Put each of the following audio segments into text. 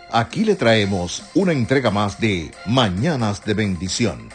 Aquí le traemos una entrega más de Mañanas de Bendición.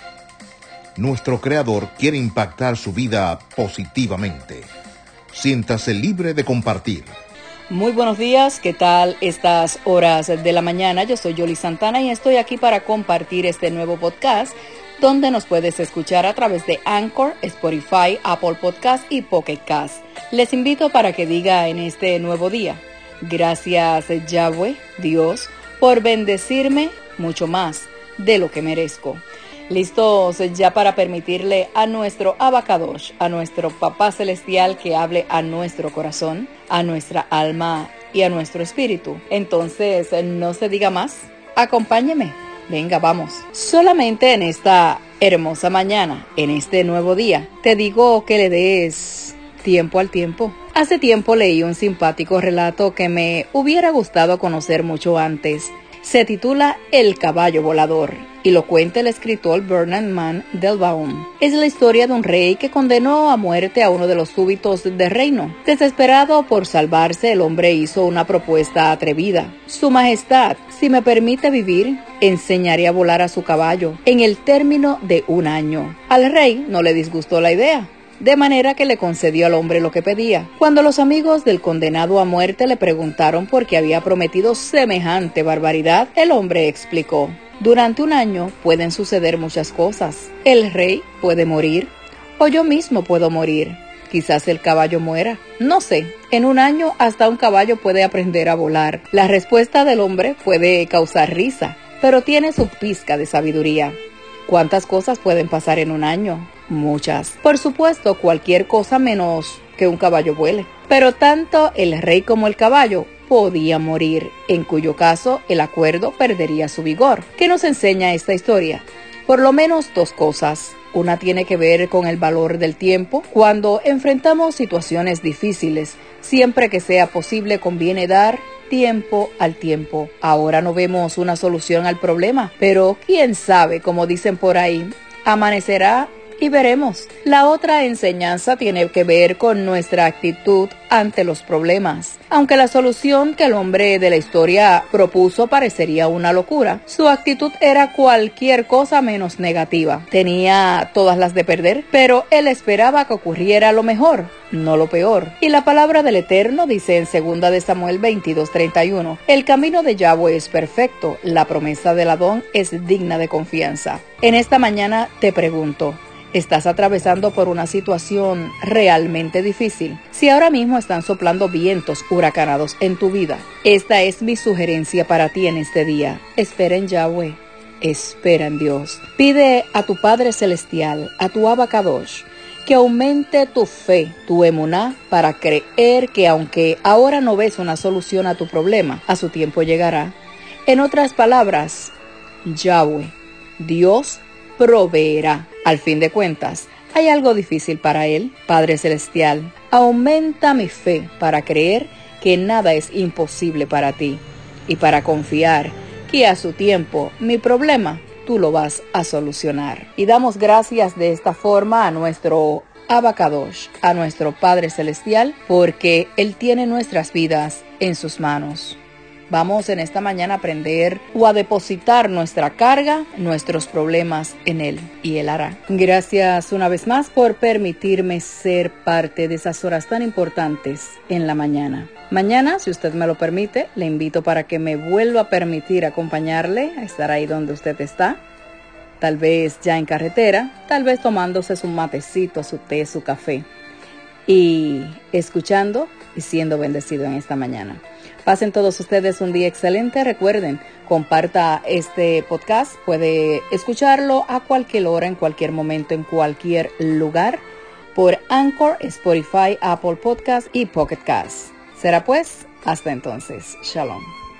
Nuestro Creador quiere impactar su vida positivamente. Siéntase libre de compartir. Muy buenos días, ¿qué tal estas horas de la mañana? Yo soy Yoli Santana y estoy aquí para compartir este nuevo podcast donde nos puedes escuchar a través de Anchor, Spotify, Apple Podcast y Pocket Cast. Les invito para que diga en este nuevo día: gracias Yahweh, Dios, por bendecirme mucho más de lo que merezco. Listos ya para permitirle a nuestro Abacadosh, a nuestro Papá Celestial, que hable a nuestro corazón, a nuestra alma y a nuestro espíritu. Entonces, no se diga más, acompáñeme, venga, vamos. Solamente en esta hermosa mañana, en este nuevo día, te digo que le des tiempo al tiempo. Hace tiempo leí un simpático relato que me hubiera gustado conocer mucho antes. Se titula El caballo volador y lo cuenta el escritor Bernard Mann del Baum. Es la historia de un rey que condenó a muerte a uno de los súbditos del reino. Desesperado por salvarse, el hombre hizo una propuesta atrevida. Su Majestad, si me permite vivir, enseñaré a volar a su caballo en el término de 1 año. Al rey no le disgustó la idea, de manera que le concedió al hombre lo que pedía. Cuando los amigos del condenado a muerte le preguntaron por qué había prometido semejante barbaridad, el hombre explicó: durante 1 año pueden suceder muchas cosas. El rey puede morir, o yo mismo puedo morir. Quizás el caballo muera. No sé, en 1 año hasta un caballo puede aprender a volar. La respuesta del hombre puede causar risa, pero tiene su pizca de sabiduría. ¿Cuántas cosas pueden pasar en 1 año? Muchas. Por supuesto, cualquier cosa menos que un caballo vuele. Pero tanto el rey como el caballo podían morir, en cuyo caso el acuerdo perdería su vigor. ¿Qué nos enseña esta historia? Por lo menos 2 cosas. Una tiene que ver con el valor del tiempo. Cuando enfrentamos situaciones difíciles, siempre que sea posible conviene dar tiempo al tiempo. Ahora no vemos una solución al problema, pero quién sabe, como dicen por ahí, amanecerá y veremos. La otra enseñanza tiene que ver con nuestra actitud ante los problemas. Aunque la solución que el hombre de la historia propuso parecería una locura, su actitud era cualquier cosa menos negativa. Tenía todas las de perder, pero él esperaba que ocurriera lo mejor, no lo peor. Y la palabra del Eterno dice en 2 de Samuel 22:31, el camino de Yahweh es perfecto, la promesa del Adón es digna de confianza. En esta mañana te pregunto: ¿estás atravesando por una situación realmente difícil? Si ahora mismo están soplando vientos huracanados en tu vida, esta es mi sugerencia para ti en este día. Espera en Yahweh, espera en Dios. Pide a tu Padre Celestial, a tu Abacadosh, que aumente tu fe, tu emuná, para creer que aunque ahora no ves una solución a tu problema, a su tiempo llegará. En otras palabras, Yahweh, Dios, proveerá. Al fin de cuentas, ¿hay algo difícil para Él? Padre Celestial, aumenta mi fe para creer que nada es imposible para ti y para confiar que a su tiempo mi problema tú lo vas a solucionar. Y damos gracias de esta forma a nuestro Abacadosh, a nuestro Padre Celestial, porque Él tiene nuestras vidas en sus manos. Vamos en esta mañana a aprender o a depositar nuestra carga, nuestros problemas en Él, y Él hará. Gracias una vez más por permitirme ser parte de esas horas tan importantes en la mañana. Mañana, si usted me lo permite, le invito para que me vuelva a permitir acompañarle a estar ahí donde usted está. Tal vez ya en carretera, tal vez tomándose su matecito, su té, su café, y escuchando y siendo bendecido en esta mañana. Pasen todos ustedes un día excelente. Recuerden, comparta este podcast. Puede escucharlo a cualquier hora, en cualquier momento, en cualquier lugar, por Anchor, Spotify, Apple Podcast y Pocket Cast. Será pues, hasta entonces. Shalom.